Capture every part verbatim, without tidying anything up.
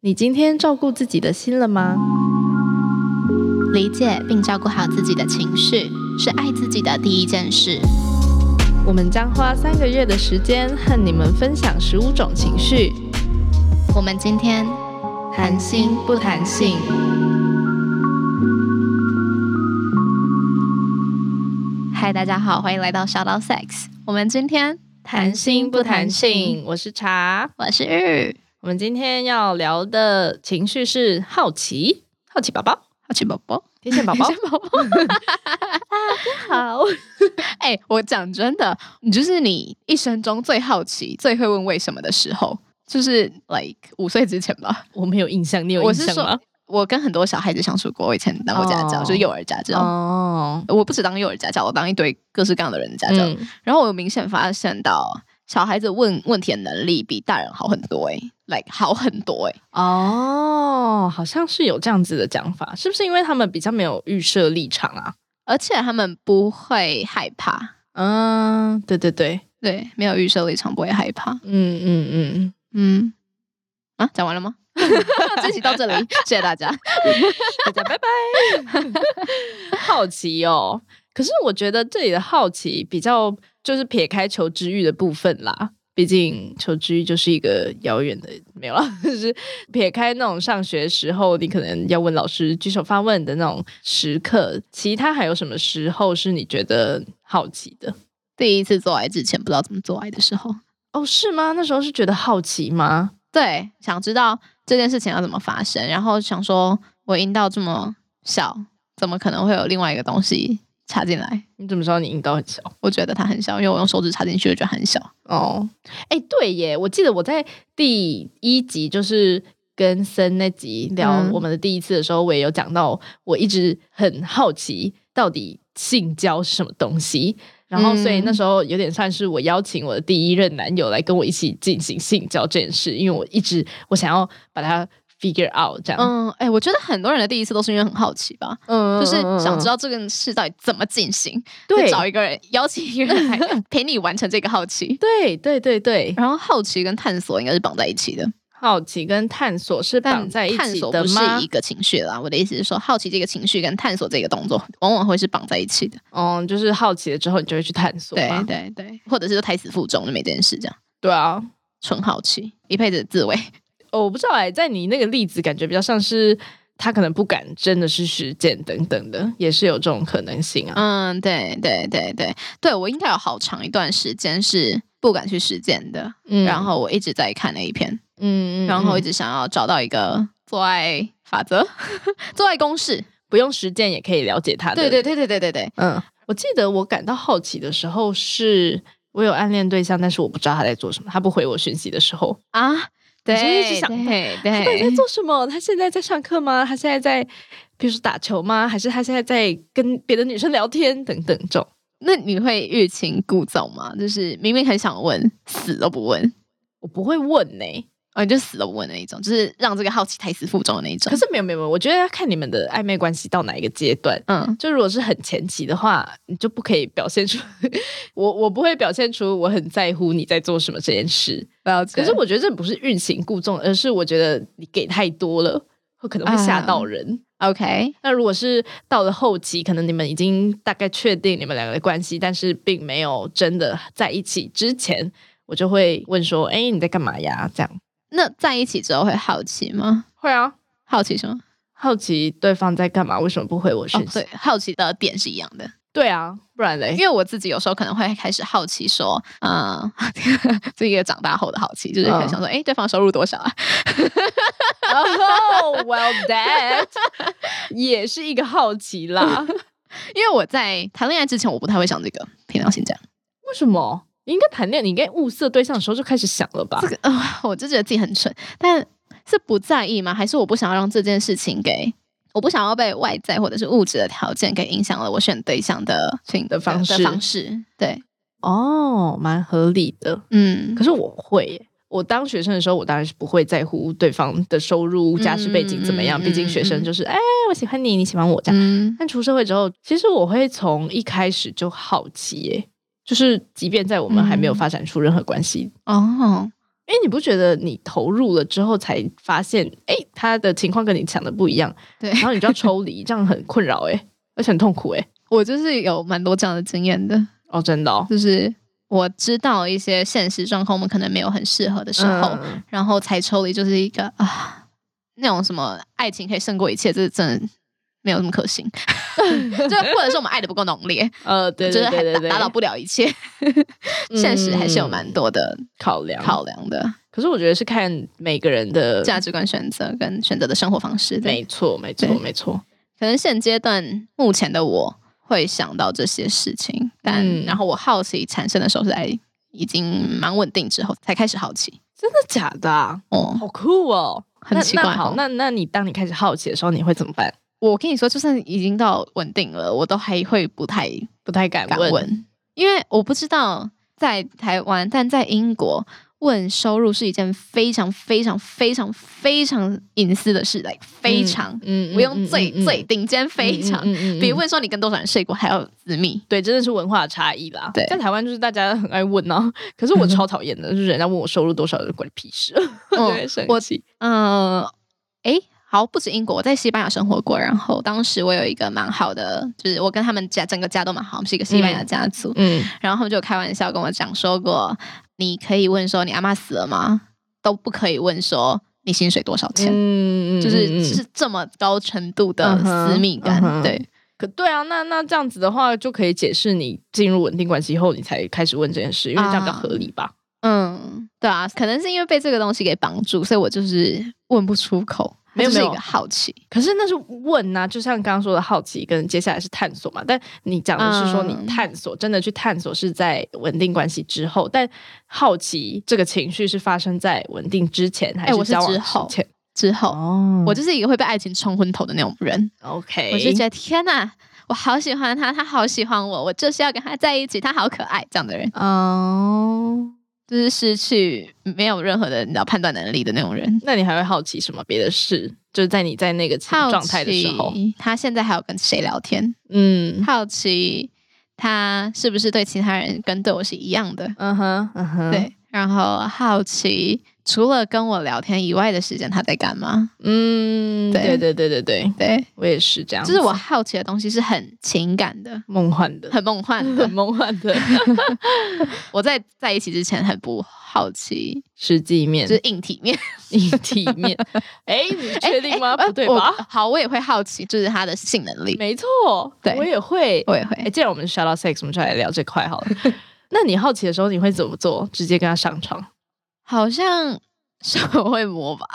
你今天照顾自己的心了吗？ 理解并照顾好自己的情绪，是爱自己的第一件事。 我们将花三个月的时间和你们分享十五种情绪。 我们今天谈心不谈性。 嗨，大家好，欢迎来到 Shout Out Sex。我们今天谈心不谈性，我是茶， 我是日。 我们今天要聊的情绪是好奇，好奇宝宝， 好奇宝宝， 天线宝宝， 天线宝宝，大家好。哎、欸，我讲真的，你就是你一生中最好奇、最会问为什么的时候，就是 like 五岁之前吧。 我没有印象，你有印象吗？ 我是说，我跟很多小孩子相处过，我以前当过家教， oh. 就是幼儿家教。哦、oh. 我不只当幼儿家教，我当一堆各式各样的人的家教。嗯、然后我有明显发现到，小孩子问问题的能力比大人好很多、欸，哎 ，like 好很多、欸，哎。 哦，好像是有这样子的讲法，是不是因为他们比较没有预设立场啊？ 而且他们不会害怕。 嗯，对对对对，没有预设立场不会害怕。 嗯嗯嗯嗯。啊，讲完了吗？这期到这里，谢谢大家， 大家拜拜。好奇哦，可是我觉得这里的好奇比较就是撇开求知欲的部分啦，毕竟求知欲就是一个遥远的，没有啦，就是撇开那种上学时候你可能要问老师举手发问的那种时刻，其他还有什么时候是你觉得好奇的？ 第一次做爱之前不知道怎么做爱的时候。 哦，是吗？那时候是觉得好奇吗？ 对，想知道这件事情要怎么发生，然后想说我阴道这么小，怎么可能会有另外一个东西插进来？ 你怎么知道你阴道很小？ 我觉得它很小，因为我用手指插进去就觉得很小。 哦，哎，对耶，我记得我在第一集就是跟森那集聊我们的第一次的时候，嗯、我也有讲到，我一直很好奇到底性交是什么东西。然后所以那时候有点算是我邀请我的第一任男友来跟我一起进行性交这件事，因为我一直我想要把它 figure out 这样。 嗯，哎、欸，我觉得很多人的第一次都是因为很好奇吧，嗯，就是想知道这个事到底怎么进行，对，找一个人邀请一个人来陪你完成这个好奇。 对对对对， 然后好奇跟探索应该是绑在一起的。 好奇跟探索是绑在一起的吗？ 探索不是一个情绪啦，我的意思是说，好奇这个情绪跟探索这个动作往往会是绑在一起的。 哦，就是好奇了之后你就会去探索嘛。 对对对，或者是胎死腹中就没这件事这样。 对啊， 纯好奇，一辈子的自慰。 哦，我不知道哎、欸，在你那个例子感觉比较像是他可能不敢真的是实践等等的，也是有这种可能性啊。 嗯，对对对对对，我应该有好长一段时间是不敢去实践的，嗯、然后我一直在看那一篇。嗯，然后一直想要找到一个做爱法则做爱公式， 不用实践也可以了解它的。 对对对对对对对。 嗯，我记得我感到好奇的时候是我有暗恋对象，但是我不知道他在做什么，他不回我讯息的时候啊，对， 我一直想对对， 他到底在做什么？他现在在上课吗？他现在在比如说打球吗？还是他现在在跟别的女生聊天等等这种？ 那你会欲擒故纵吗？就是明明很想问，死都不问。 我不会问呢、欸。 哦，你就死都不问的那一种，就是让这个好奇胎死腹中的那一种。 可是没有没有没有，我觉得要看你们的暧昧关系到哪一个阶段。嗯，就如果是很前期的话，你就不可以表现出我我不会表现出我很在乎你在做什么这件事。可是我觉得这不是欲擒故纵，而是我觉得你给太多了，会可能会吓到人。 Uh, OK， 那如果是到了后期，可能你们已经大概确定你们两个的关系，但是并没有真的在一起之前，我就会问说：“哎，你在干嘛呀？”这样。 那在一起之后会好奇吗？ 会啊。 好奇什么？好奇对方在干嘛，为什么不回我讯息？ 哦，对，好奇的点是一样的。 对啊，不然嘞？因为我自己有时候可能会开始好奇说，嗯，这个长大后的好奇，就是可能想说，哎、嗯，对方收入多少啊 ？Oh, well, that 也是一个好奇啦。 因为我在谈恋爱之前，我不太会想这个，凭良心讲。 为什么？你应该谈恋爱，你应该物色对象的时候就开始想了吧？ 这个，呃，我就觉得自己很蠢，但是不在意吗？还是我不想要让这件事情给，我不想要被外在或者是物质的条件给影响了我选对象的的方式的方式？对， 哦，蛮合理的。嗯，可是我会耶。我当学生的时候，我当然是不会在乎对方的收入、家世背景怎么样，嗯、毕竟学生就是哎、嗯，我喜欢你，你喜欢我这样。嗯、但出社会之后，其实我会从一开始就好奇耶。就是即便在我们还没有发展出任何关系、 嗯、哦， 因为你不觉得你投入了之后才发现，哎，他的情况跟你想的不一样， 对， 然后你就要抽离，这样很困扰哎，而且很痛苦哎。 我就是有蛮多这样的经验的哦，真的哦， 就是我知道一些现实状况我们可能没有很适合的时候，嗯、然后才抽离，就是一个啊那种什么爱情可以胜过一切，这真的没有那么可行。就或者是我们爱的不够浓烈， 呃，对对对对对， 就是打倒不了一切，现实还是有蛮多的考量考量的。 可是我觉得是看每个人的价值观选择跟选择的生活方式。 没错没错没错。 可能现阶段目前的我会想到这些事情，但、嗯、然后我好奇产生的时候是在已经蛮稳定之后才开始好奇。 真的假的啊？哦，好酷哦， 很奇怪。 那那好，那那你当你开始好奇的时候，你会怎么办？ 我跟你说，就算已经到稳定了，我都还会不太不太敢 问, 敢问， 因为我不知道在台湾，但在英国问收入是一件非常非常非常非常隐私的事，来非常，嗯，不用最、嗯、最顶尖，非常、嗯嗯嗯、比问说你跟多少人睡过还要私密。 对，真的是文化差异啦。 对， 在台湾就是大家很爱问啊，可是我超讨厌的，就是人家问我收入多少，关你屁事，我就会生气。 嗯，哎、呃。好，不止英国，我在西班牙生活过，然后当时我有一个蛮好的，就是我跟他们家整个家都蛮好，我们是一个西班牙家族，嗯，然后他们就开玩笑跟我讲说过，你可以问说你阿嬷死了吗？都不可以问说你薪水多少钱，嗯，就是是这么高程度的私密感，嗯、对。 可对啊，那那这样子的话，就可以解释你进入稳定关系后，你才开始问这件事，因为这样比较合理吧？ 啊嗯，对啊，可能是因为被这个东西给绑住，所以我就是问不出口。没有没有，就是一个好奇， 可是那是问啊，就像刚刚说的好奇，跟接下来是探索嘛。但你讲的是说你探索，嗯、真的去探索是在稳定关系之后，但好奇这个情绪是发生在稳定之前还是交往之前？ 欸、之后，哦，我就是一个会被爱情冲昏头的那种人。 OK， 我就觉得天哪，我好喜欢他，他好喜欢我，我就是要跟他在一起，他好可爱，这样的人。哦。就是失去没有任何的你知道判断能力的那种人。 那你还会好奇什么别的事？就是在你在那个状态的时候， 他现在还有跟谁聊天？嗯，好奇他是不是对其他人跟对我是一样的？嗯哼，嗯哼，对。然后好奇除了跟我聊天以外的时间他在干嘛？ 嗯，对对对对对对， 我也是这样子。 就是我好奇的东西是很情感的、 梦幻的、 很梦幻的、 很梦幻的。 我在在一起之前很不好奇实际面， 就是硬体面。 硬体面，哎，你确定吗？不对吧？ 好，我也会好奇，就是他的性能力。 没错， 对， 我也会， 我也会。 哎，既然我们 shout out sex， 我们就来聊这块好了。那你好奇的时候，你会怎么做？直接跟他上床？ 好像手会摸吧。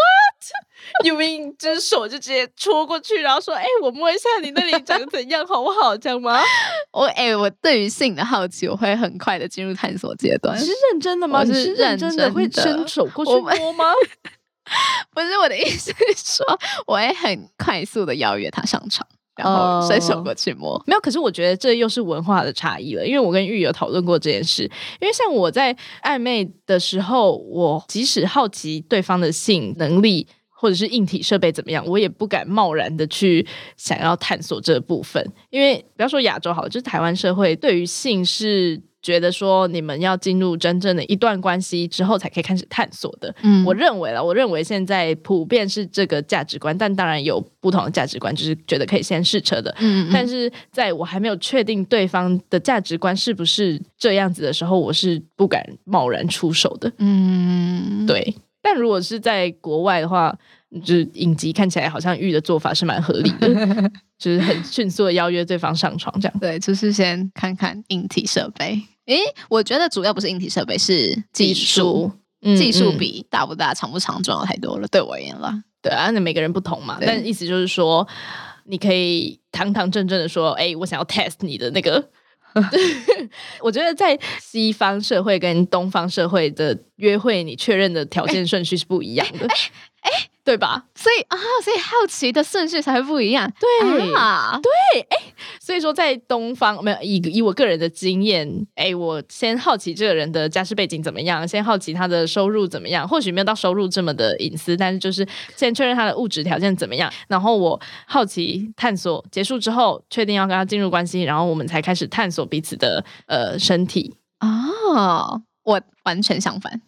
What？ you mean 就是手就直接戳过去，然后说：“哎、欸，我摸一下你那里长得怎样，好不好？”这样吗？ 我哎、欸，我对于性的好奇，我会很快的进入探索阶段。 你是认真的吗？ 你是认真的会伸手过去摸吗？ 不是，我的意思是说，我会很快速的邀约他上床。然后伸手过去摸、 呃、没有，可是我觉得这又是文化的差异了，因为我跟玉有讨论过这件事。因为像我在暧昧的时候，我即使好奇对方的性能力或者是硬体设备怎么样，我也不敢贸然的去想要探索这部分。因为不要说亚洲好了，就是台湾社会对于性是觉得说你们要进入真正的一段关系之后才可以开始探索的。嗯，我认为啦，我认为现在普遍是这个价值观，但当然有不同的价值观，就是觉得可以先试车的。嗯, 嗯，但是在我还没有确定对方的价值观是不是这样子的时候，我是不敢贸然出手的。嗯，对。但如果是在国外的话，就是影集看起来好像玉的做法是蛮合理的，就是很迅速的邀约对方上床这样。 对，就是先看看硬体设备。诶，我觉得主要不是硬体设备，是技术。嗯、技术比大不大、长不长重要太多了，对我而言啦。 对啊，那每个人不同嘛。但意思就是说，你可以堂堂正正的说，哎，我想要 test 你的那个。我觉得在西方社会跟东方社会的约会，你确认的条件顺序是不一样的。哎、欸欸，对吧？ 所以啊，所以好奇的顺序才会不一样。 对啊， 对，哎，所以说在东方没有以以我个人的经验，哎，我先好奇这个人的家世背景怎么样，先好奇他的收入怎么样，或许没有到收入这么的隐私，但是就是先确认他的物质条件怎么样，然后我好奇探索结束之后，确定要跟他进入关系，然后我们才开始探索彼此的呃身体。 哦，我完全相反。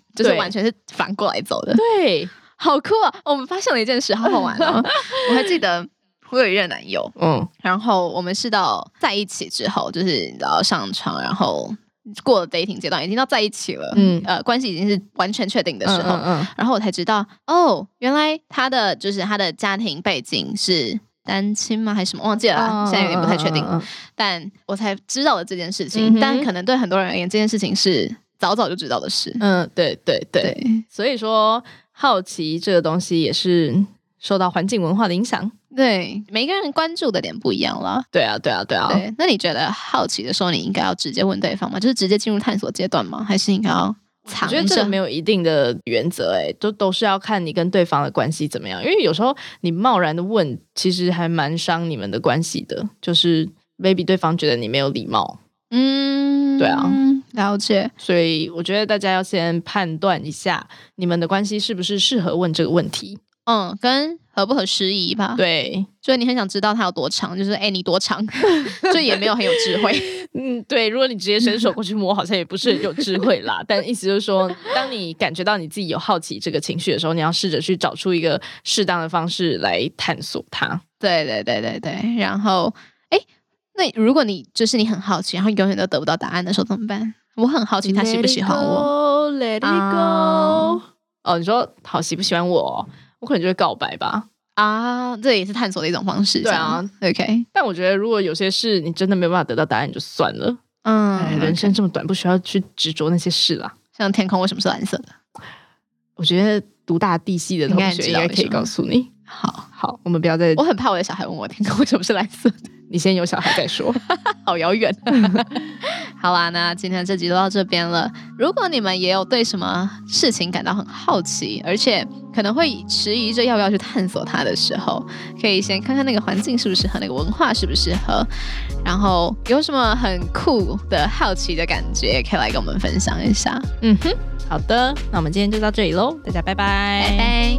就是完全是反过来走的。 对， 好酷啊！我们发现了一件事，好好玩哦。我还记得我有一任男友，嗯，然后我们是到在一起之后，就是你知道上床，然后过了 dating 阶段，已经到在一起了，嗯，呃，关系已经是完全确定的时候，嗯嗯嗯，然后我才知道，哦，原来他的就是他的家庭背景是单亲吗？还是什么？忘记了啦，嗯、现在有点不太确定。嗯嗯嗯，但我才知道了这件事情，嗯、但可能对很多人而言，这件事情是早早就知道的事。 嗯，对对 对, 对，所以说好奇这个东西也是受到环境文化的影响。 对，每个人关注的点不一样啦。 对啊，对啊，对啊。 对，那你觉得好奇的时候，你应该要直接问对方吗？就是直接进入探索阶段吗？还是应该要藏着？ 我觉得这个没有一定的原则、欸，哎，都都是要看你跟对方的关系怎么样。因为有时候你贸然的问，其实还蛮伤你们的关系的。就是 maybe 对方觉得你没有礼貌。嗯，对啊， 了解。 所以我觉得大家要先判断一下你们的关系是不是适合问这个问题。 嗯，跟合不合时宜吧。 对， 所以你很想知道他有多长，就是哎、欸，你多长，这也没有很有智慧。 嗯，对，如果你直接伸手过去摸，好像也不是很有智慧啦。但意思就是说，当你感觉到你自己有好奇这个情绪的时候，你要试着去找出一个适当的方式来探索它。 对对对对对。然后，哎，那如果你就是你很好奇，然后永远都得不到答案的时候怎么办？我很好奇他喜不喜欢我。 Let it go, let it go、uh, 哦，你说好喜不喜欢我？我可能就会告白吧。 啊，这也是探索的一种方式。 对啊 ，OK。 但我觉得，如果有些事你真的没有办法得到答案，你就算了。嗯、哎，人生这么短，不需要去执着那些事啦。 像天空为什么是蓝色的？ 我觉得读大地系的同学应该可以告诉你。 好好，我们不要再…… 我很怕我的小孩问我天空为什么是蓝色的。 你先有小孩再说。 好遥远。好啦，那今天这集就到这边了。如果你们也有对什么事情感到很好奇，而且可能会迟疑着要不要去探索它的时候，可以先看看那个环境适不适合，那个文化适不适合，然后有什么很酷的好奇的感觉，也可以来跟我们分享一下。 嗯哼，好的，那我们今天就到这里咯，大家拜拜， 拜拜。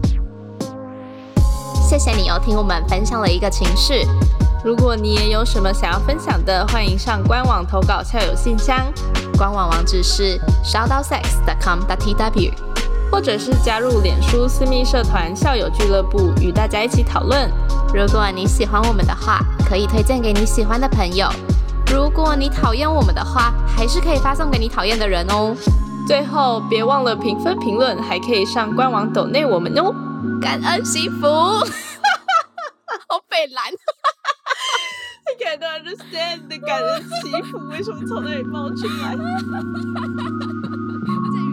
谢谢你又听我们分享了一个情事。如果你也有什么想要分享的，欢迎上官网投稿校友信箱，官网网址是 shoutoutsex dot com dot t w， 或者是加入脸书私密社团校友俱乐部，与大家一起讨论。如果你喜欢我们的话，可以推荐给你喜欢的朋友；如果你讨厌我们的话，还是可以发送给你讨厌的人哦。最后别忘了评分评论，还可以上官网抖内我们哦。感恩惜福。好北蓝。I can't understand 的感人祈福为什么从那里冒出来？